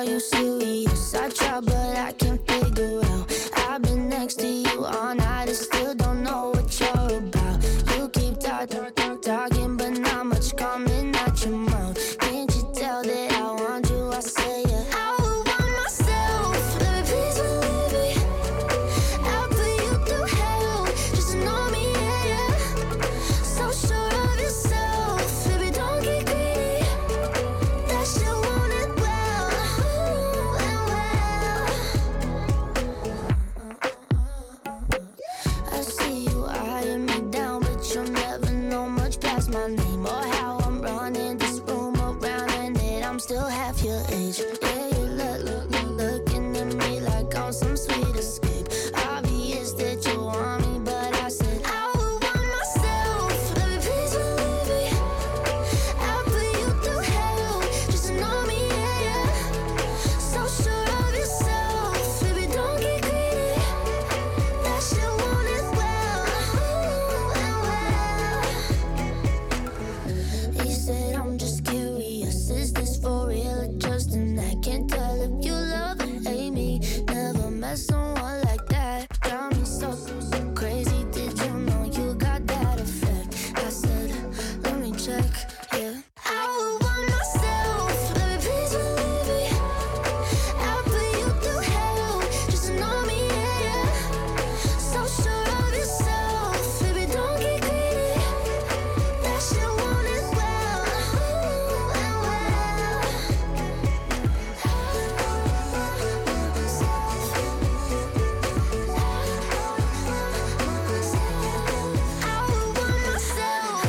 are you serious? I try but I can't figure out. I've been next to you all night and still don't know what you're about. You keep talking but not much coming out your mouth. Can't you tell that I want you? I say yeah. I would want myself, baby, please believe me. I'll put you through hell, just know me, yeah, yeah. So sure of yourself, baby, don't get greedy. That shit want it well, and well. I see you eyeing me down, but you'll never know much past my name or how I'm running this room around, and that I'm still half your age. Yeah, you looking at me like I'm some sweet escape. Obvious that you want me, but I said I would want myself, baby, please believe me. I'll put you through hell, just know me, yeah, yeah. So sure of yourself, baby, don't get greedy. That shit want it well, and well. He said I'm just curious, is this for real or just an act? Can't tell if you love or hate me. Never met someone like that. Got me so crazy, did you know you got that effect? I said, let me check, yeah. I would want myself, baby, please believe me. I'll put you through hell, just know me, yeah, yeah. So sure of yourself, baby, don't get greedy. That shit want it well, and well. I would want myself.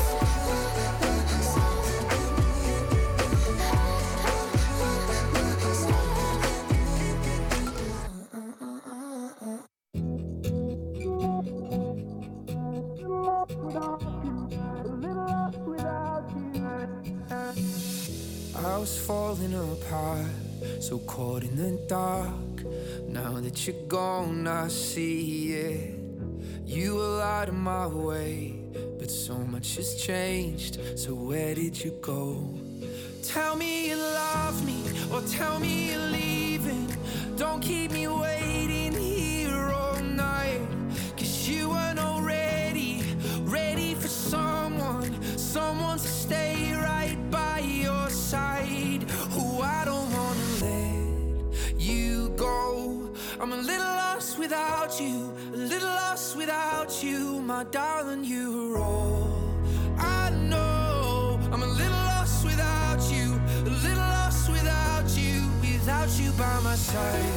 I was falling apart, so caught in the dark. Now that you're gone, I see it. You were out of my way, but so much has changed. So where did you go? Tell me you love me, or tell me you're leaving. Don't keep me waiting here all night. 'Cause you weren't already ready for someone to stay right by your side. Oh, I don't wanna let you go. I'm a little lost without you, a little lost without you, my darling, you're all I know. I'm a little lost without you, a little lost without you by my side.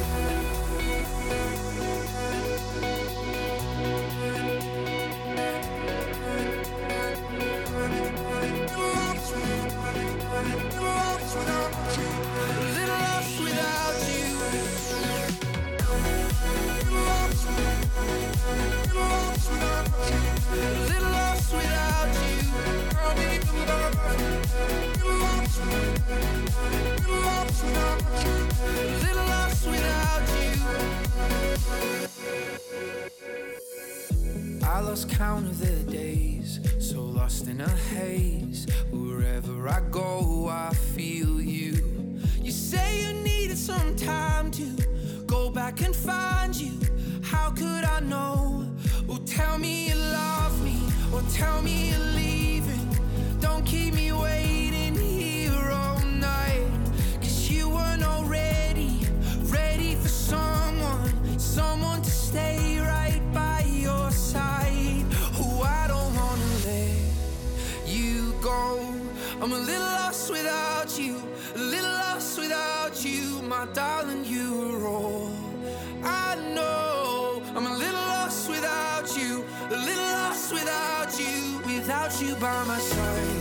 I lost count of the days, so lost in a haze. Wherever I go, I feel you. You say you needed some time to go back and find you. How could I know? Oh, tell me you love me, or tell me you're leaving. Don't keep me waiting here all night. 'Cause you weren't already ready for someone to stay right by your side. Oh, I don't wanna let you go. I'm a little lost without you, a little lost without you, my darling, you're all I know. I'm a little lost without you, a little lost without you by my side.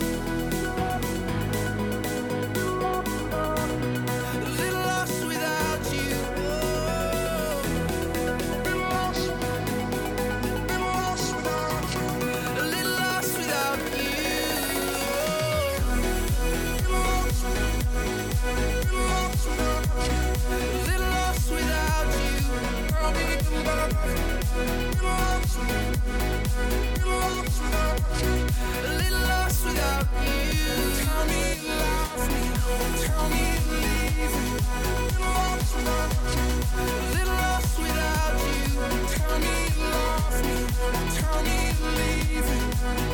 A little lost without you. A little lost without you. A little lost without need leaving.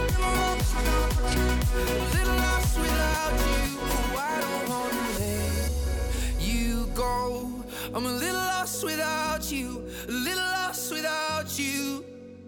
Little lost without you. Oh, I don't wanna let you go. I'm a little lost without you. A little lost without you.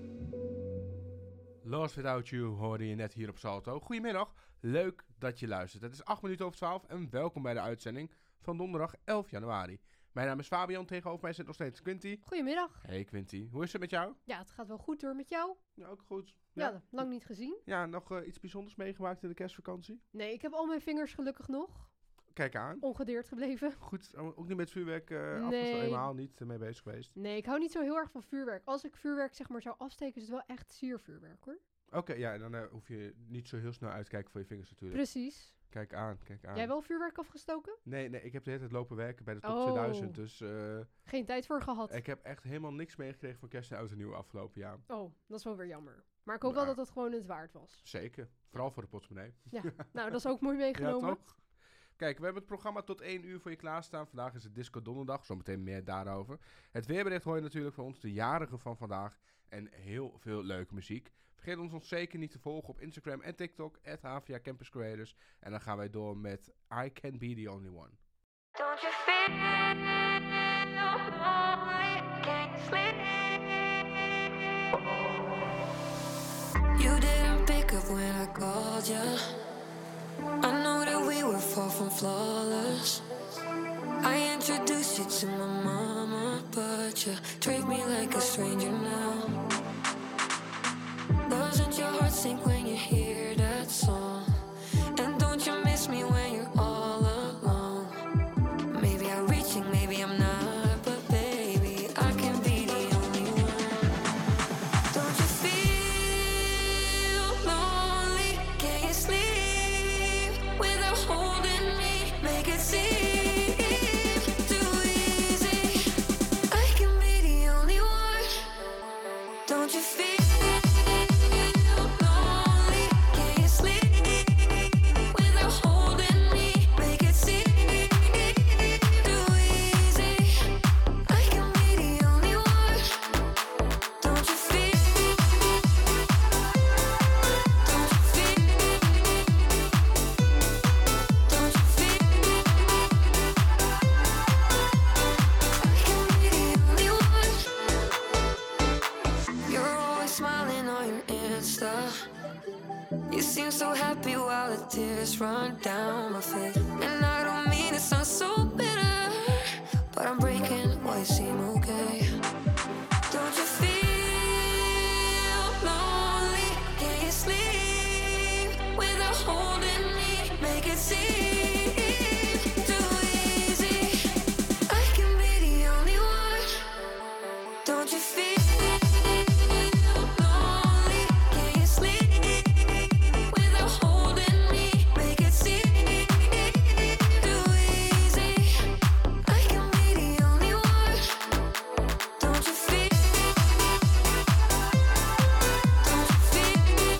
Lost Without You hoorde je net hier op Salto. Goedemiddag, leuk dat je luistert. Het is 8:08 en welkom bij de uitzending van donderdag 11 januari. Mijn naam is Fabian, tegenover mij zit nog steeds Quinty. Goedemiddag. Hey Quinty, hoe is het met jou? Ja, het gaat wel goed hoor met jou. Ja, ook goed. Ja, lang niet gezien. Ja, nog iets bijzonders meegemaakt in de kerstvakantie? Nee, ik heb al mijn vingers gelukkig nog. Kijk aan. Ongedeerd gebleven. Goed, ook niet met vuurwerk Nee. helemaal niet mee bezig geweest. Nee, ik hou niet zo heel erg van vuurwerk. Als ik vuurwerk zeg maar zou afsteken, is het wel echt siervuurwerk hoor. Oké, ja, dan hoef je niet zo heel snel uit te kijken voor je vingers natuurlijk. Precies. Kijk aan, kijk aan. Jij wel vuurwerk afgestoken? Nee, ik heb de hele tijd lopen werken bij de top Oh. 2000, dus Geen tijd voor gehad. ik heb echt helemaal niks meegekregen van kerst en oud en nieuw afgelopen jaar. Oh, dat is wel weer jammer. Maar ik hoop wel dat het gewoon het waard was. Zeker, vooral voor de portemonnee. Ja, nou dat is ook mooi Ja, meegenomen. toch? Kijk, we hebben het programma tot 1 uur voor je klaarstaan. Vandaag is het Disco Donderdag, zometeen meer daarover. Het weerbericht hoor je natuurlijk van ons, de jarigen van vandaag. En heel veel leuke muziek. Vergeet ons zeker niet te volgen op Instagram en TikTok, @HVA Campus Creators. En dan gaan wij door met I Can Be The Only One. Don't you feel lonely? Can you sleep? You didn't pick up when I called you. I know that we were far from flawless. I introduced you to my mama, but you treat me like a stranger now. Doesn't your heart sink when you hear that song? And don't you miss me when you're all alone? Maybe I'm reaching, maybe I'm not, but baby, I can be the only one. Don't you feel lonely? Can you sleep without holding me? Make it seem too easy. I can be the only one. Don't you feel lonely? Can you sleep without holding me? Make it seem too easy. I can be the only one. Don't you feel? Don't you feel? Don't you feel? I can be the only one. You're always smiling on your Insta. You seem so happy while the tears run down my face. And I don't mean to sound so bitter, but I'm breaking while you seem okay. Don't you feel lonely? Can you sleep without holding me? Make it seem too easy. I can be the only one. Don't you feel lonely? Can you sleep without holding me? Make it seem too easy. I can be the only one. Don't you feel? Don't you feel?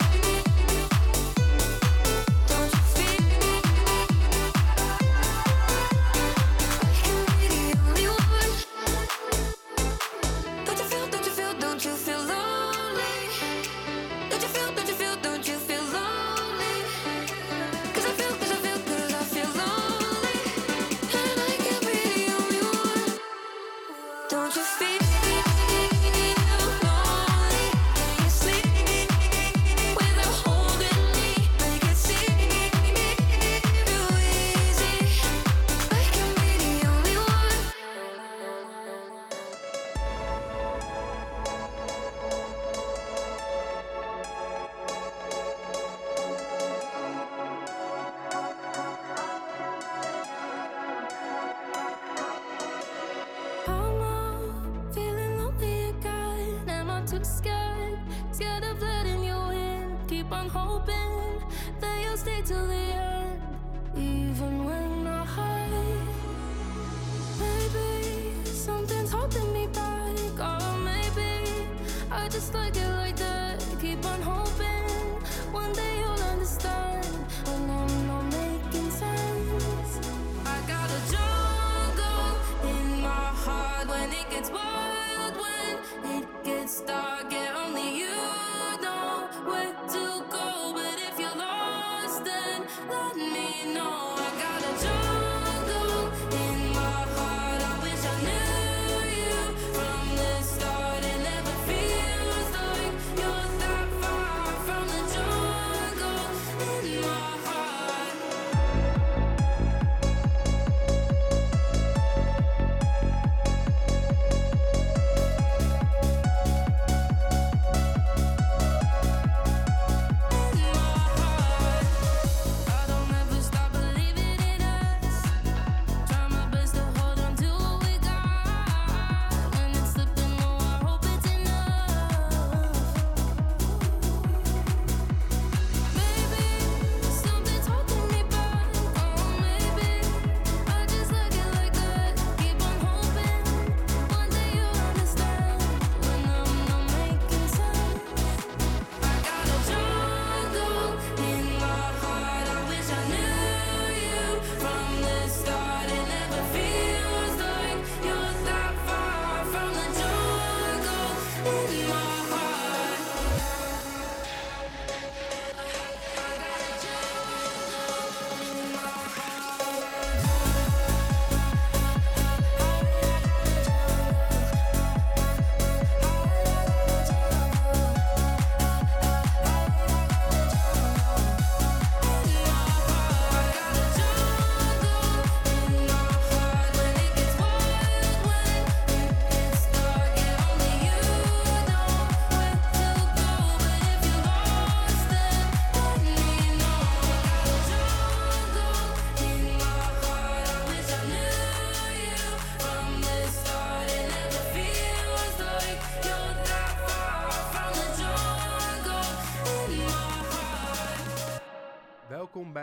Don't you feel? I can be the only one. Don't you feel? Don't you feel? Don't you feel lonely? Don't you feel? Don't you feel? Don't you feel lonely? 'Cause I feel lonely, and I can be the only one. Don't you feel lonely? Can you sleep without holding me? Make it seem too easy. I can be the only one. I'm up, feeling lonely again. Am I too scared? Scared of letting you in. Keep on hoping that you'll stay till the end, even when I hide. Maybe something's holding me back, or maybe I just like it like that. Keep on hoping one day you'll understand when I'm not making sense. I got a jungle in my heart when it gets wild, when it gets dark, and only you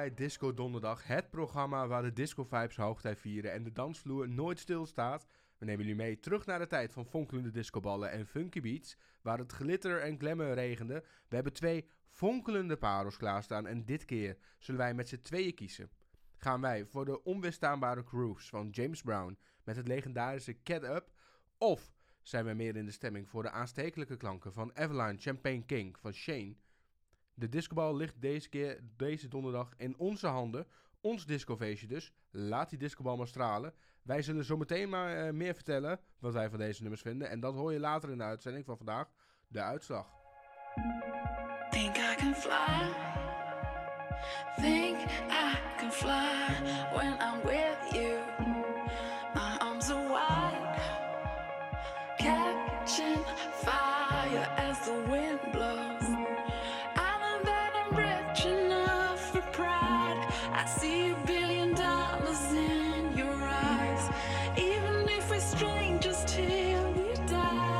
bij Disco Donderdag, het programma waar de disco-vibes hoogtij vieren en de dansvloer nooit stilstaat. We nemen jullie mee terug naar de tijd van fonkelende discoballen en funky beats, waar het glitter en glamour regende. We hebben 2 fonkelende parels klaarstaan en dit keer zullen wij met z'n tweeën kiezen. Gaan wij voor de onweerstaanbare grooves van James Brown met het legendarische Get Up, of zijn we meer in de stemming voor de aanstekelijke klanken van Eveline Champagne King van Shane? De discobal ligt deze donderdag in onze handen. Ons discofeestje dus. Laat die discobal maar stralen. Wij zullen zo meteen maar meer vertellen wat wij van deze nummers vinden. En dat hoor je later in de uitzending van vandaag. De uitslag. Think I can fly. Think I can fly when I'm with you. My arms are wide, catching fire as the wind blows. I know that I'm rich enough for pride. I see $1 billion in your eyes, even if we're strangers till we die.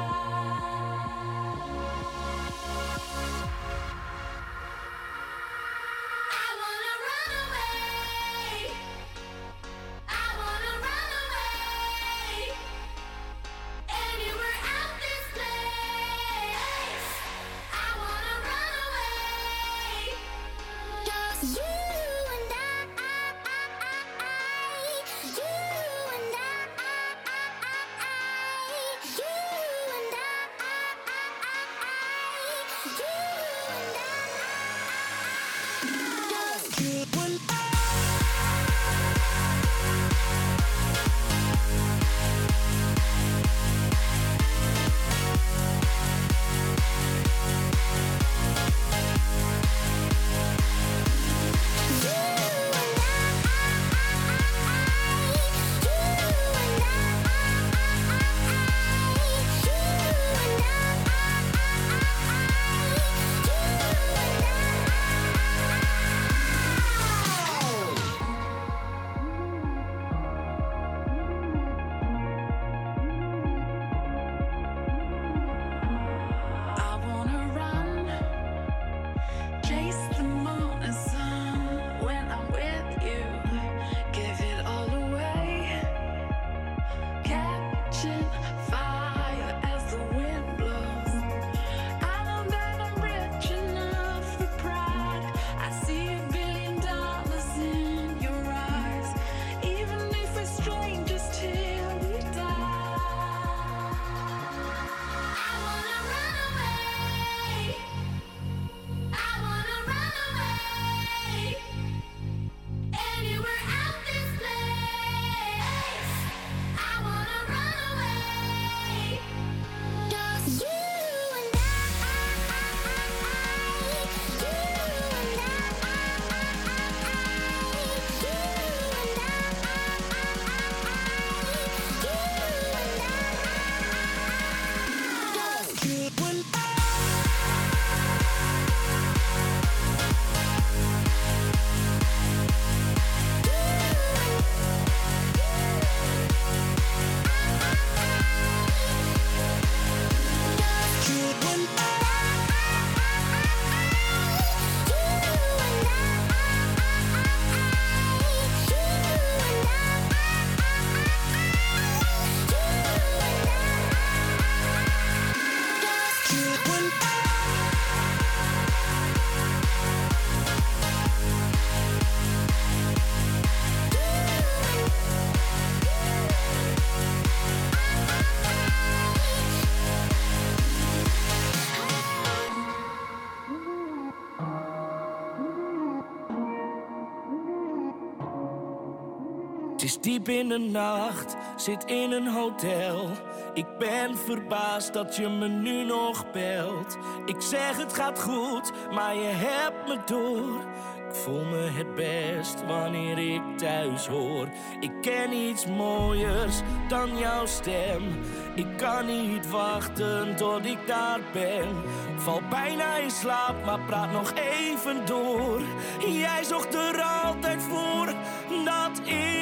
Het is diep in de nacht, zit in een hotel. Ik ben verbaasd dat je me nu nog belt. Ik zeg het gaat goed, maar je hebt me door. Ik voel me het best wanneer ik thuis hoor. Ik ken iets mooiers dan jouw stem. Ik kan niet wachten tot ik daar ben. Val bijna in slaap, maar praat nog even door. Jij zorgt er altijd voor dat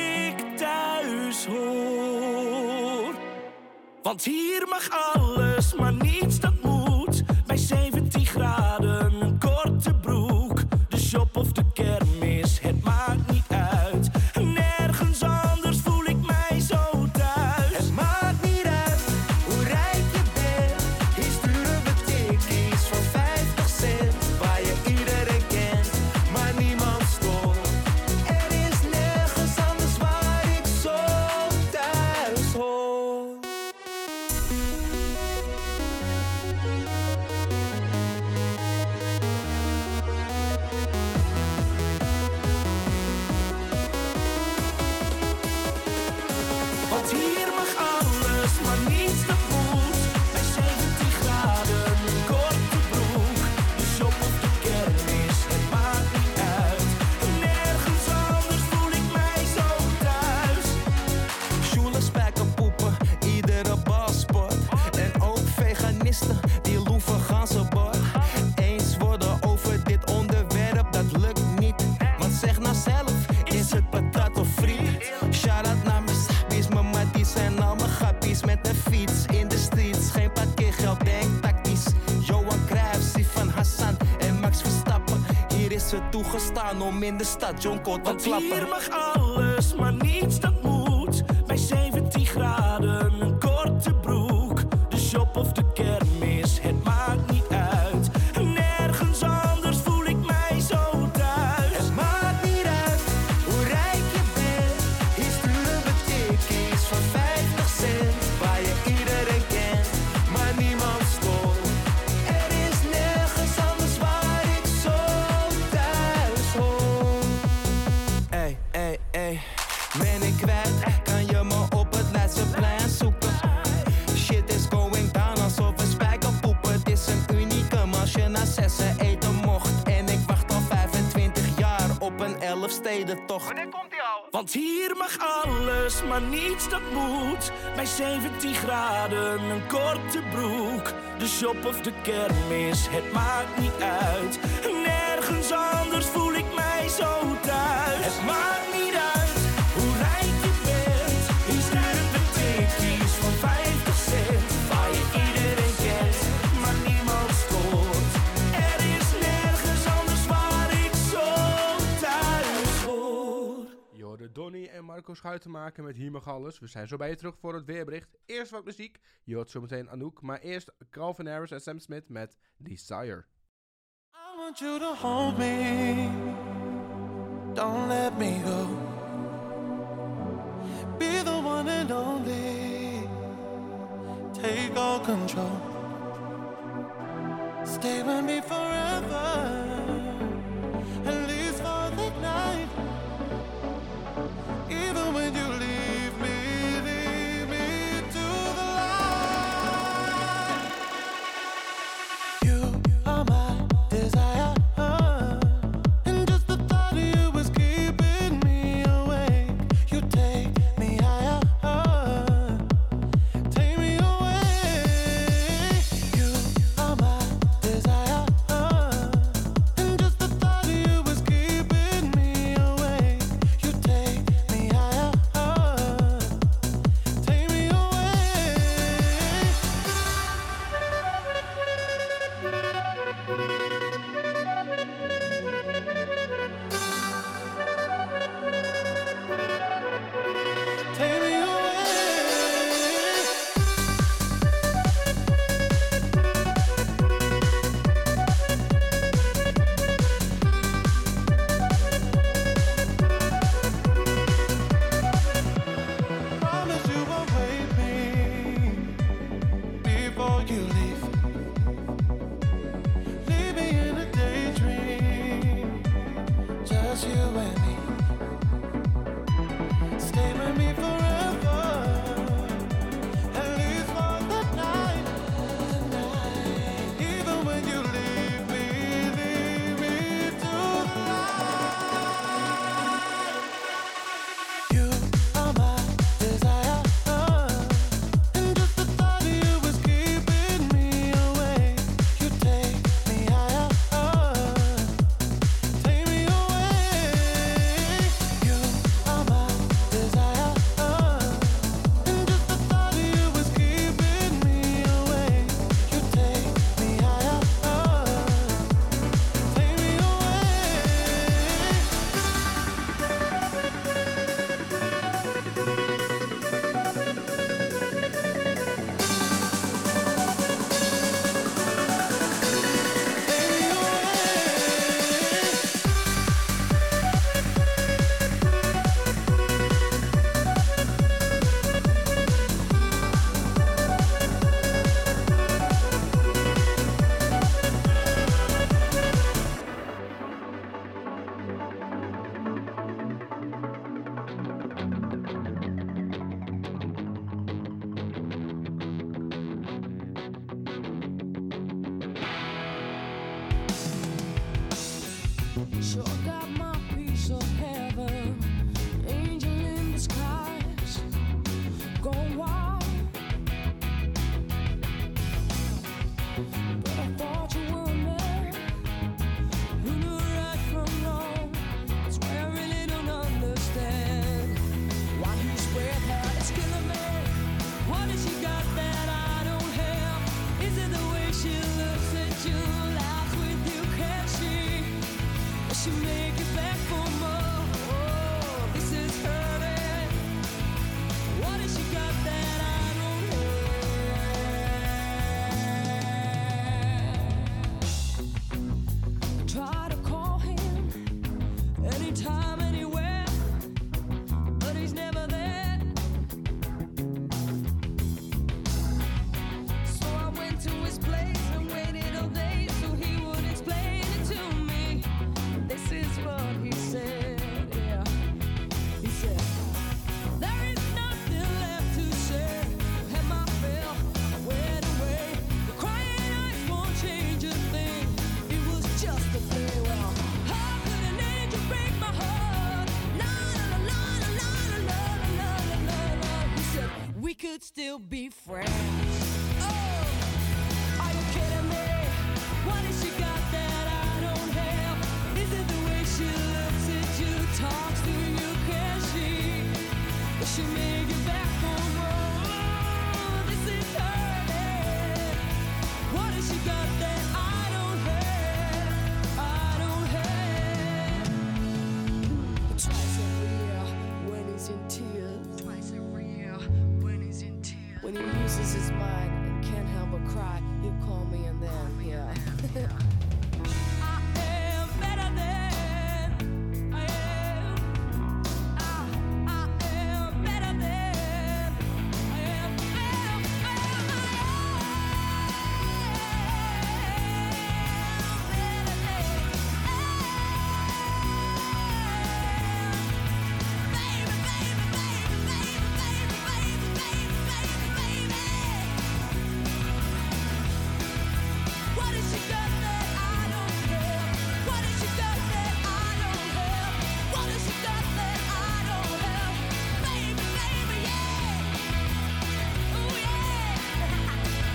ik thuis hoor. Want hier mag alles, maar niets dat moet. Bij 17 graden, een korte broek. De shop of de kermis, het Want hier mag alles, maar niets dat moet. Bij 17 graden, een korte broek. De shop of de kermis, het maakt niet uit. Nergens anders voel ik mij zo thuis. Sjoelen, spijkerpoepen, iedere balsport. En ook veganisten, die loeven ganzenbord. Eens worden over dit onderwerp, dat lukt niet. Want zeg nou zelf, is het patat of friet? Shout-out naar mijn sappies, mijn matties en al mijn grappies. Met een fiets in de streets, geen parkeergeld, denk tactisch. Johan Cruijff, Sifan Hassan en Max Verstappen. Hier is het toegestaan om in de stad jonko te Want klappen. hier mag alles, maar niets dat moet. Bij 17 graden, een korte broek. De shop of de kermis, het maakt niet uit. Nergens anders voel ik mij zo thuis. Het maakt niet uit hoe rijk je bent. Hier sturen we tikkies van 50 cent. Waar je iedereen kent, maar niemand stoort. Er is nergens anders waar ik zo thuis hoor. Ey, ey, ey. Ben ik kwijt, kan je me op het Leidseplein zoeken. Shit is going down alsof we spijkerpoepen. Het is een unicum als je na 6 eten mocht. En ik wacht al 25 jaar op een 11-stedentocht. Wanneer komt die al? Want hier mag alles, maar niets dat moet. Bij 17 graden, een korte broek. De shop of de kermis, het maakt niet uit. Nergens anders voel ik mij zo thuis. Het maakt niet uit hoe rijk je bent. Hier sturen we tikkies van 50 cent. Waar je iedereen kent, maar niemand stoort. Er is nergens anders waar ik zo thuis hoor. Je hoorde Donny en Marco Schuitenmaker met Hier mag alles. We zijn zo bij je terug voor het weerbericht. Eerst wat muziek. Je hoort zo meteen Anouk. Maar eerst Calvin Harris en Sam Smith met Desire. I want you to hold me, don't let me go. Be the one and only, take all control. Stay with me forever, at least for the night. Even when you leave me to the light. You are my desire, and just the thought of you is keeping me awake. You take me higher, take me away. You are my desire, could still be friends. Oh, are you kidding me? What has she got that I don't have? Is it the way she looks at you, talks to you? Can she make it back home? Oh, this is hurting. What has she got that I don't have? I don't have. Twice every year when he's in tears. Twice every year when he's in tears. When he loses his mind and can't help but cry, he'll call me and then, yeah. I am better than I am. I am better than I am. What has she got that I don't have? What has she got that I don't have? What has she got that I don't have? Baby, baby, yeah. Oh yeah.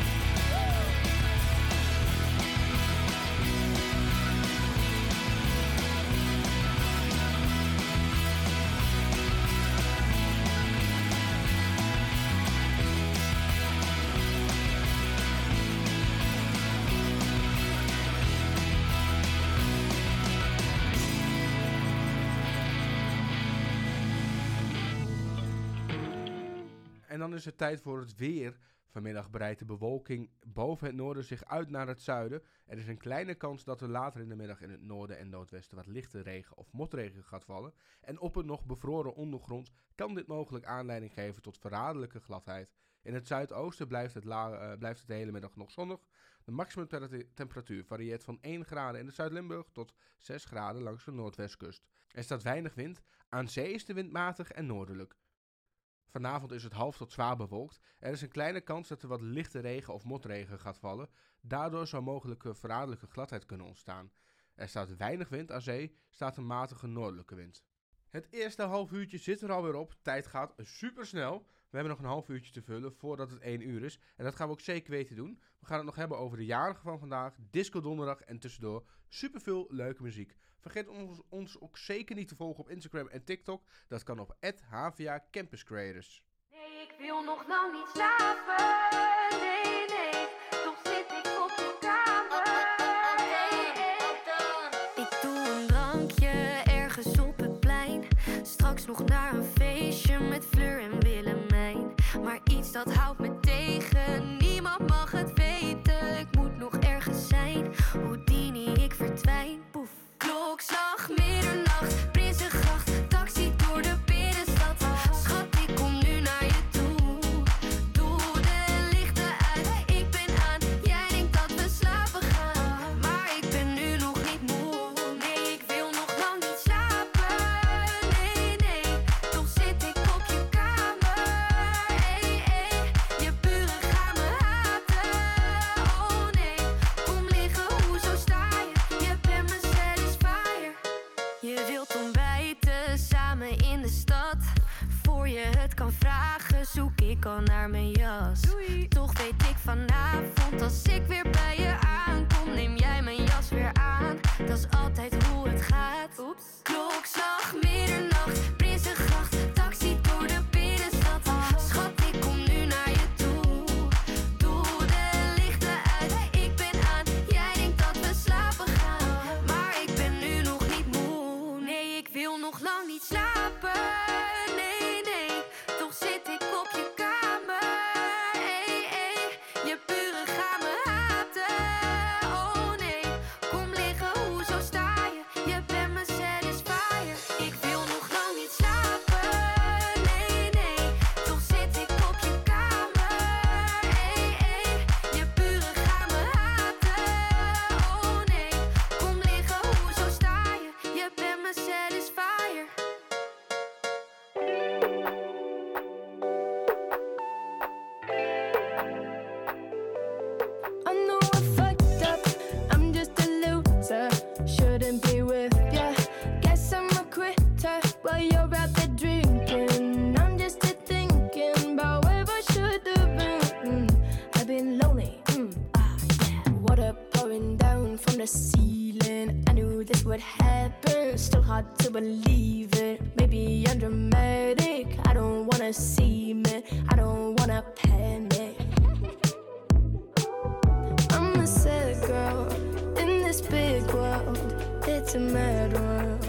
En dan is het tijd voor het weer. Vanmiddag breidt de bewolking boven het noorden zich uit naar het zuiden. Er is een kleine kans dat er later in de middag in het noorden en noordwesten wat lichte regen of motregen gaat vallen. En op een nog bevroren ondergrond kan dit mogelijk aanleiding geven tot verraderlijke gladheid. In het zuidoosten blijft het de hele middag nog zonnig. De maximumtemperatuur varieert van 1 graden in de Zuid-Limburg tot 6 graden langs de noordwestkust. Er staat weinig wind. Aan zee is de wind matig en noordelijk. Vanavond is het half tot zwaar bewolkt. Er is een kleine kans dat er wat lichte regen of motregen gaat vallen. Daardoor zou mogelijke verraderlijke gladheid kunnen ontstaan. Er staat weinig wind, aan zee staat een matige noordelijke wind. Het eerste half uurtje zit er alweer op. Tijd gaat super snel. We hebben nog een half uurtje te vullen voordat het 1 uur is. En dat gaan we ook zeker weten doen. We gaan het nog hebben over de jarigen van vandaag, Disco Donderdag en tussendoor superveel leuke muziek. Vergeet ons ook zeker niet te volgen op Instagram en TikTok. Dat kan op @HVA Campus Creators. Nee, ik wil nog lang niet slapen. Nee, nee, toch zit ik op je kamer. Ik doe een drankje ergens op het plein. Straks nog naar een feestje met Fleur en Willemijn. Maar iets dat houdt me tegen, niemand mag het weten. Ik moet nog ergens zijn, Houdini, ik verdwijn. Poef. Klokslag, middernacht, Prinsengracht, taxi door de binnenstad. Schat, ik kom nu naar je toe. Doe de lichten uit, ik ben aan. Jij denkt dat we slapen gaan, maar ik ben nu nog niet moe. Nee, ik wil nog lang niet slapen. Nee, nee, toch zit ik op je kamer. Hey, hey, je buren gaan me haten. Oh nee, kom liggen, hoezo sta je? Je bent mijn satisfier. Je wilt ontbijten samen in de stad. Voor je het kan vragen, zoek ik al naar mijn jas. Doei. Toch weet ik vanavond, als ik weer bij je aankom, neem jij mijn jas weer aan. Dat is altijd hoe het gaat. Oeps. Klokslag, middernacht, Prinsengracht, taxi door de binnenstad. Schat, ik kom nu naar je toe. Doe de lichten uit, ik ben aan. Jij denkt dat we slapen gaan, maar ik ben nu nog niet moe. Nee, ik wil nog lang niet slapen. Nee, nee, toch zit ik op je kamer. Hey, hey, je buren gaan me haten. Oh nee, kom liggen, hoezo sta je? Je bent mijn satisfier. Ik wil nog I panic. I'm a sad girl in this big world. It's a mad world.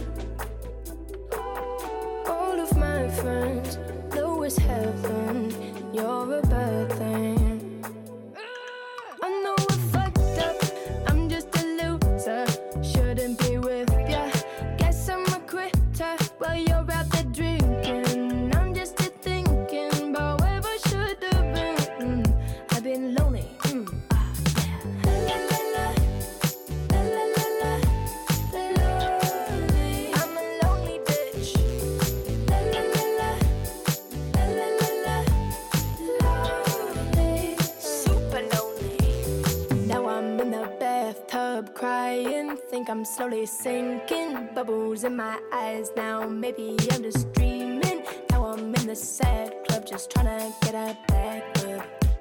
All of my friends know it's heaven. You're a bad thing. I know I fucked up. I'm just a loser. Shouldn't be with ya. Guess I'm a quitter while you're out there drinking. I'm just a thinking about where I should have been. I've been lonely. La la la. La la la la. Lonely. I'm a lonely bitch. La la la la. La la la la. Lonely. Super lonely. Now I'm in the bathtub crying. Think I'm slowly sinking. Bubbles in my eyes now. Maybe I'm just dreaming. Now I'm in the sad club just trying to get a back up.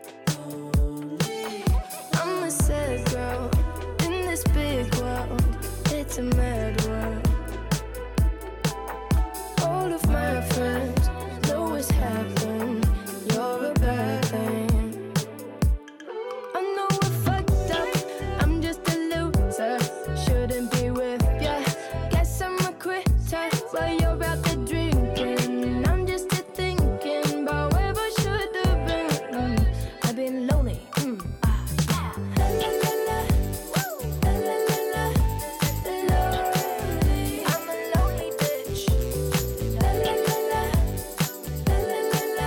I'm a sad girl in this big world. It's a mad world. All of my friends know it's heaven. You're a bad thing. I know I fucked up. I'm just a loser. Shouldn't be with ya. Guess I'm a quitter while you're out there drinking. I'm just a thinking about where I should have been. I've been lonely. La la la la. La la la la. Lonely. I'm a lonely bitch. La la la la. La la la la.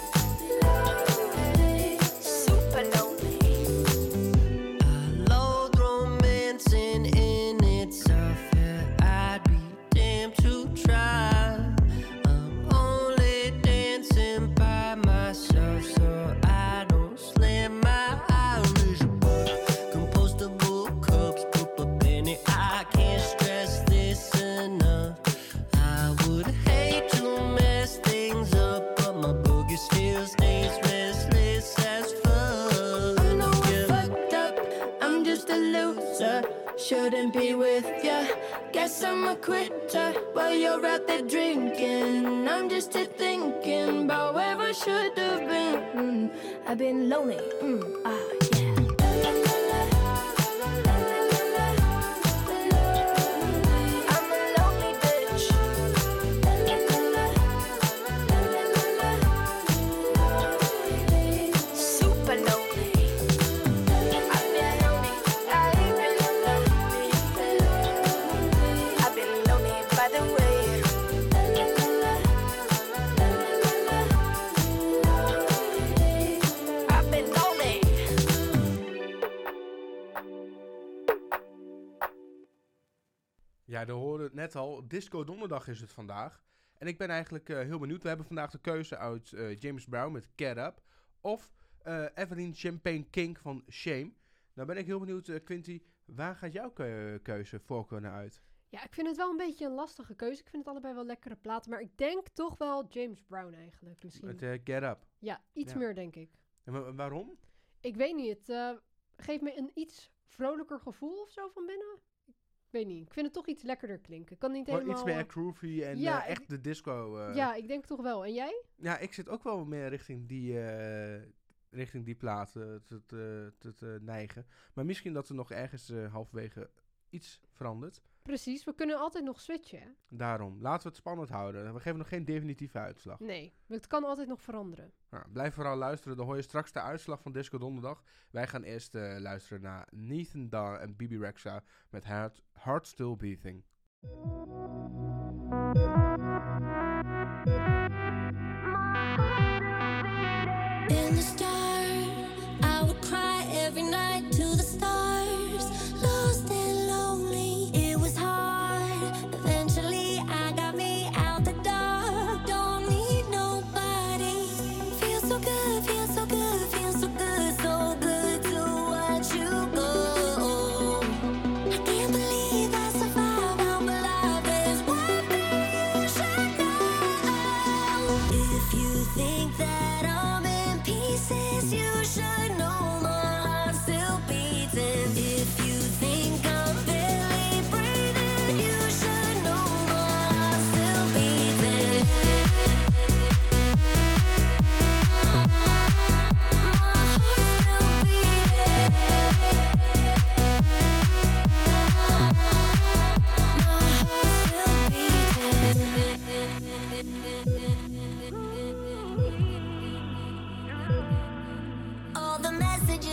Lonely. Super lonely. I loathe romancing in itself. Yeah, I'd be damned to try. I'm only dancing by myself, so I don't slam my Irish butt. Compostable cups, put a penny. I can't stress this enough. I would hate to mess things up, but my boogie still stays restless as fuck. I know I Yeah. fucked up. I'm just a loser. Shouldn't be with ya. Guess I'm a quitter while you're out there drinking. I'm just a thinking about where I should have been. I've been lonely. Yeah. La la la la. La la la la. Lonely. I'm a lonely bitch. La la la la. La la la la. Lonely. Super lonely. I've been lonely. I've been lonely. I've been lonely by the way. La la la la. La la la la. Lonely. I've been lonely. Ja, we hoorden het net al. Disco Donderdag is het vandaag. En ik ben eigenlijk heel benieuwd. We hebben vandaag de keuze uit James Brown met Get Up. Of Evelyn Champagne King van Shame. Nou ben ik heel benieuwd, Quinty. Waar gaat jouw keuze voorkeur naar uit? Ja, ik vind het wel een beetje een lastige keuze. Ik vind het allebei wel lekkere platen. Maar ik denk toch wel James Brown eigenlijk misschien. Met Get Up. Ja, iets Ja. meer denk ik. En waarom? Ik weet niet. Het geeft me een iets vrolijker gevoel of zo van binnen. Ik weet niet. Ik vind het toch iets lekkerder klinken. Ik kan niet Gewoon helemaal... iets meer groovy en ja, echt de disco. ja, ik denk toch wel. En jij? Ja, ik zit ook wel meer richting die plaat te neigen. Maar misschien dat er nog ergens halverwege iets verandert. Precies, we kunnen altijd nog switchen. Hè? Daarom, laten we het spannend houden. We geven nog geen definitieve uitslag. Nee, het kan altijd nog veranderen. Nou, blijf vooral luisteren, dan hoor je straks de uitslag van Disco Donderdag. Wij gaan eerst luisteren naar Nathan Dawe en Bibi Rexha met Heart Still Beating. In the start, I would cry every night to the stars. Lost and lonely, it was hard. Eventually, I got me out the dark. Don't need nobody. Feels so good, feels so good, feels so good, so good to watch you go. I can't believe I survived. I'm alive. There's one thing you should know. If you think that I'm in pieces,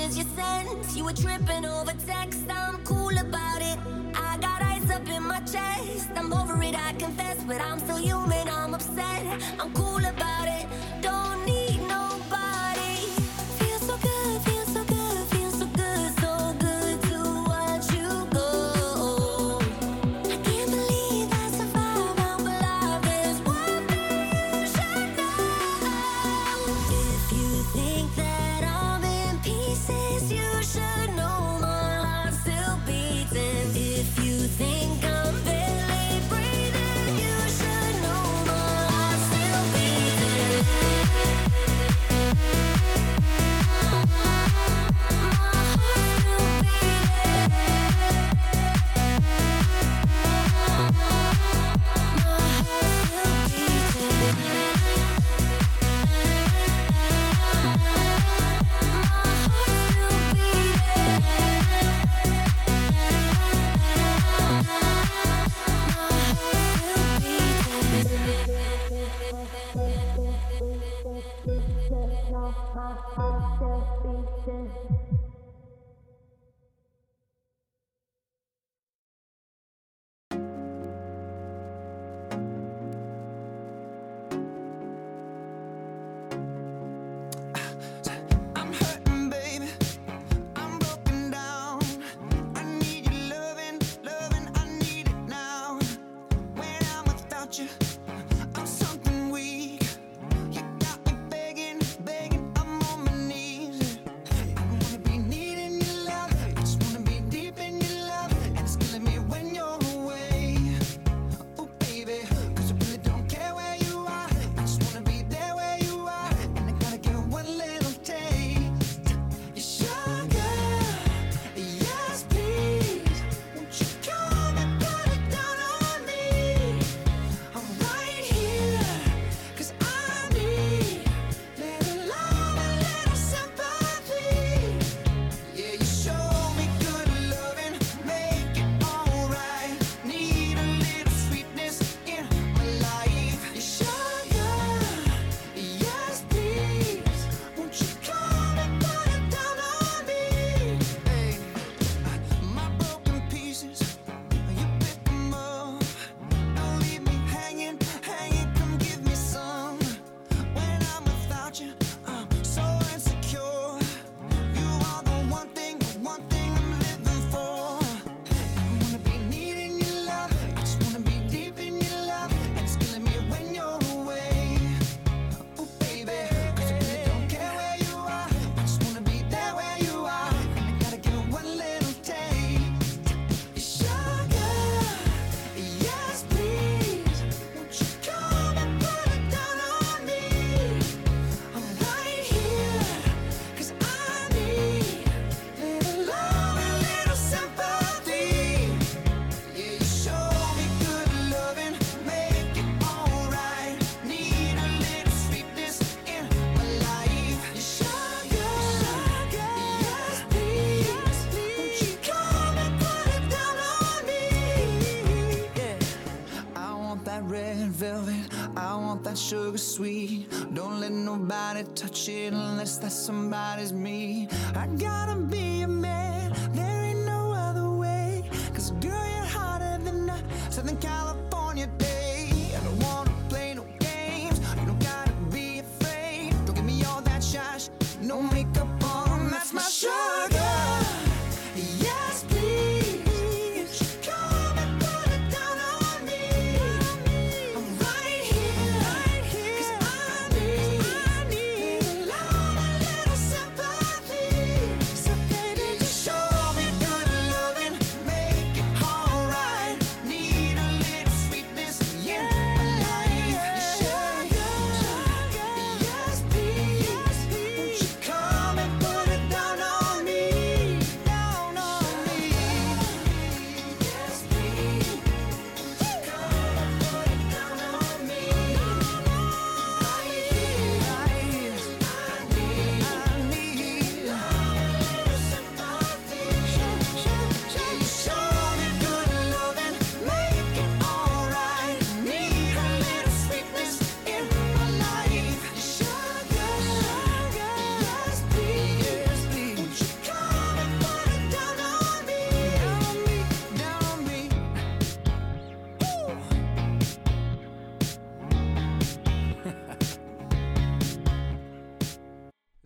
as you sent. You were tripping over text, I'm cool about it. I got ice up in my chest. I'm over it, I confess, but I'm still human, I'm upset. I'm cool about it, don't need nobody. Feels so good, feels so good, feels so good, so good to watch you go. I can't believe I survived, I'm alive. There's one thing you should know. If you think that I'm in pieces, you should know my heart's still beating. If you think I'm barely breathing, you should know my heart's still beating. I'm hurting, baby. I'm broken down. I need your loving, loving. I need it now. When I'm without you, I'm something weak. You got me begging, begging. I'm on my knees. I wanna be needing your love. I just wanna be deep in your love, and it's killing me when you're away. Oh, baby, 'cause I really don't care where you are. I just wanna be there where you are, and I gotta get one little taste. Your sugar, yes please. Won't you come and put it down on me? I'm right here, 'cause I need little love, a little sympathy. Yeah, you show me good loving, make it alright. Need a little sweetness in my life. Your sugar, yes please. Won't you come and put it down on me? Hey, my broken pieces, you pick 'em up. Don't leave me hanging, hanging. Come give me some. When I'm without you, I'm so insecure. You are the one thing I'm living for. I wanna be needing your love. I just wanna be deep in your love, and it's killing me when you're away. Oh, baby, 'cause I really don't care where you are. I just wanna be there where you are, and I gotta get one little taste. Your sugar, yes please. Won't you come and put it down on me? I'm right here, 'cause I need little love, a little sympathy. Yeah, you show me good loving, make it alright. Need a little sweetness in my life. Your sugar, yes please. Won't you come and put it down on me? Yeah, I want that red velvet, I want that sugar sweet. Don't let nobody touch it unless that somebody's me. I gotta be a man, there ain't no other way. 'Cause girl, you're hotter than a Southern California day. I don't wanna play no games, you don't gotta be afraid. Don't give me all that shush, no makeup on, that's my sugar. Yes please. Come and put it down on me. I'm right here, 'cause I need little love, a little sympathy. So baby, just show me good loving, make it alright. Need a little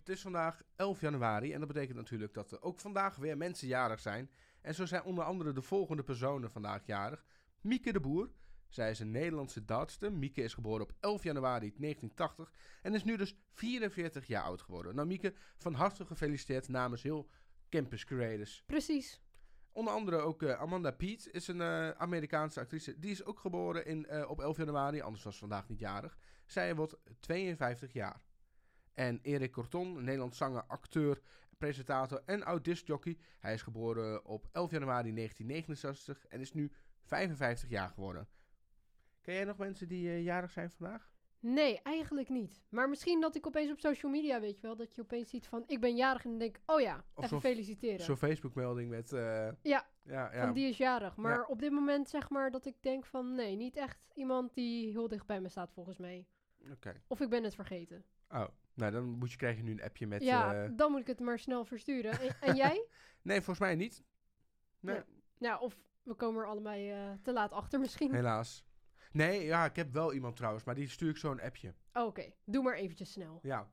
Het is vandaag 11 januari en dat betekent natuurlijk dat er ook vandaag weer mensen jarig zijn. En zo zijn onder andere de volgende personen vandaag jarig. Mieke de Boer. Zij is een Nederlandse dartster. Mieke is geboren op 11 januari 1980 en is nu dus 44 jaar oud geworden. Nou Mieke, van harte gefeliciteerd namens heel Campus Creators. Precies. Onder andere ook Amanda Peet is een Amerikaanse actrice. Die is ook geboren op 11 januari, anders was ze vandaag niet jarig. Zij wordt 52 jaar. En Erik Corton, een Nederlands zanger, acteur, presentator en oud-discjockey. Hij is geboren op 11 januari 1969 en is nu 55 jaar geworden. Ken jij nog mensen die jarig zijn vandaag? Nee, eigenlijk niet. Maar misschien dat ik opeens op social media, weet je wel, dat je opeens ziet van, ik ben jarig en dan denk, oh ja, Of even feliciteren. Zo'n Facebook-melding met... Ja, ja. van die is jarig. Maar Ja. op dit moment zeg maar dat ik denk van, nee, niet echt iemand die heel dicht bij me staat volgens mij. Oké. Of ik ben het vergeten. Oh, nou dan krijg je nu een appje met... Ja, dan moet ik het maar snel versturen. En jij? Nee, volgens mij niet. Nee, Ja. Nou, of we komen er allebei te laat achter misschien. helaas. Nee, ja, ik heb wel iemand trouwens, maar die stuur ik zo een appje. Oh, oké, doe maar eventjes snel. Ja.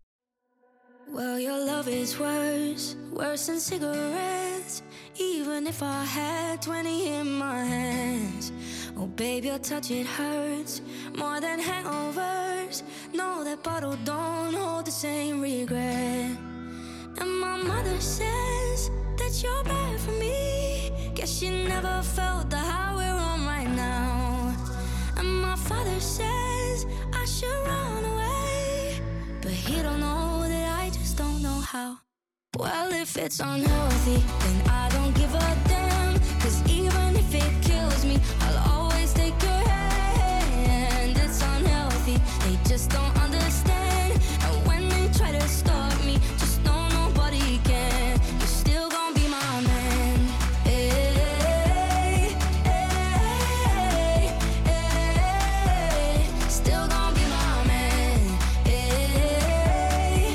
Well, your love is worse than cigarettes. Even if I had 20 in my hands. Oh, babe, your touch, it hurts more than hangovers. No, that bottle don't hold the same regret. And my mother says that you're bad for me. Guess she never felt the high we're on right now. And my father says I should run away, but he don't know that I just don't know how. Well, if it's unhealthy, then I don't give a damn. 'Cause even if it kills me, I'll always take your hand. It's unhealthy, they just don't understand. And when they try to stop me, just know nobody can. You're still gonna be my man. Hey, hey, hey, hey. Still gonna be my man. Hey, hey,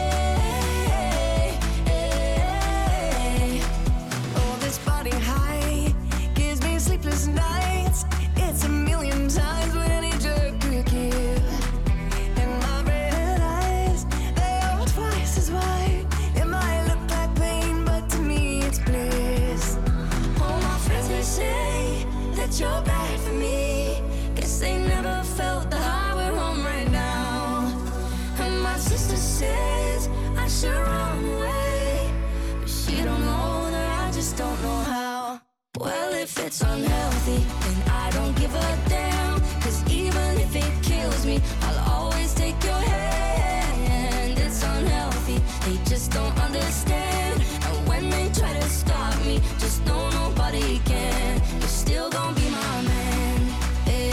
hey. Oh, this body high gives me sleepless nights. It's a million times what any drug could give. And my red eyes, they are twice as wide. It might look like pain, but to me it's bliss. All my friends they say that you're bad for me. Guess they never felt the high we're on right now. And my sister says I should run away, but she don't know that I just don't know how. Well, if it's unhealthy, then I don't give a damn. 'Cause even if it kills me, I'll always take your hand. It's unhealthy, they just don't understand. And when they try to stop me, just know nobody can. You're still gonna be my man. Hey,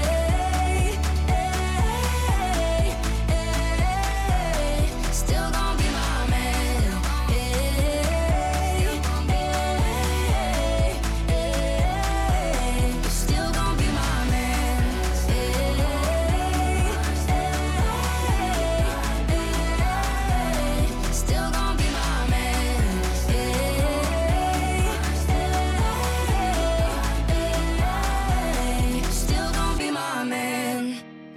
hey, hey. Still gonna be my man. Hey, hey, hey. You're still gonna be my man. Hey, hey, hey. Still gonna be my man. Hey, hey. Still gonna be my man.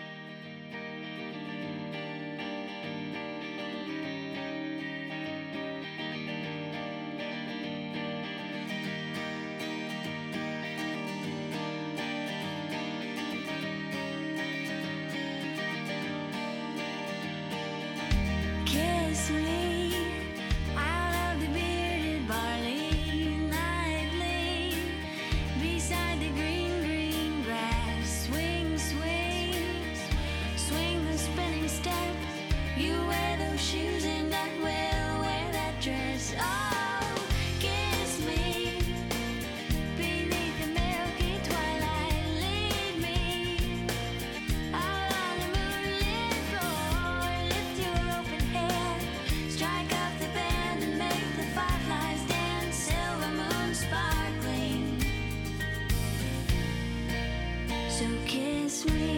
Kiss me out of the bearded barley nightly, beside the green, green grass. Swing, swing, swing the spinning step. You wear those shoes and I will wear that dress. Oh, kiss me beneath the milky twilight. Lead me out on the moonlit floor. Lift your open hair, strike up the band and make the fireflies dance. Silver moon sparkling. So kiss me.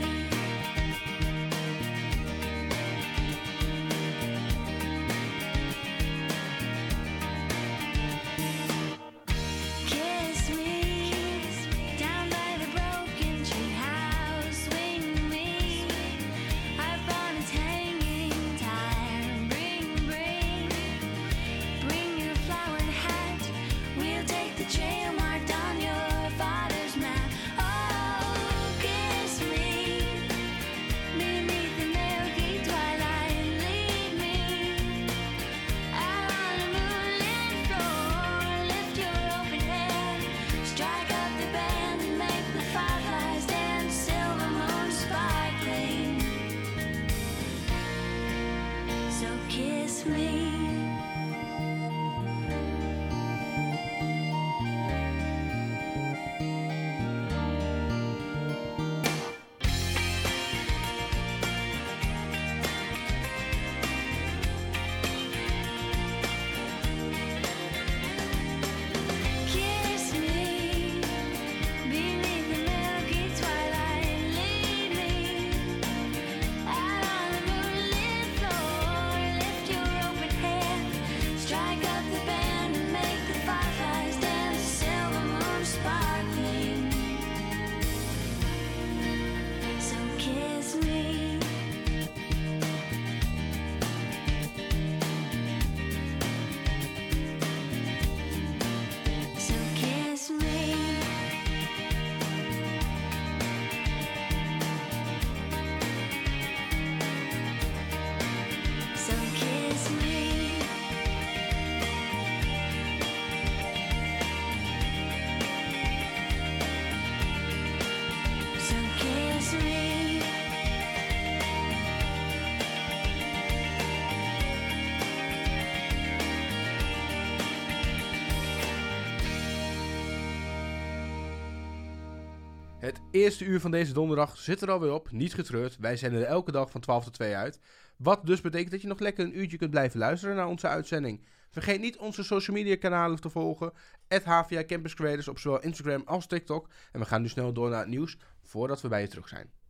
kiss me. Kiss me beneath the milky twilight. Lead me out on the moonlit floor. Lift your open hand, strike up the band and make the fireflies dance. Silver moon sparkling. So kiss me. So kiss me. So kiss me. So kiss me. Het eerste uur van deze donderdag zit er alweer op. Niet getreurd, wij zenden er elke dag van 12 tot 2 uit. Wat dus betekent dat je nog lekker een uurtje kunt blijven luisteren naar onze uitzending. Vergeet niet onze social media kanalen te volgen. @HVA Campus Creators op zowel Instagram als TikTok. En we gaan nu snel door naar het nieuws voordat we bij je terug zijn.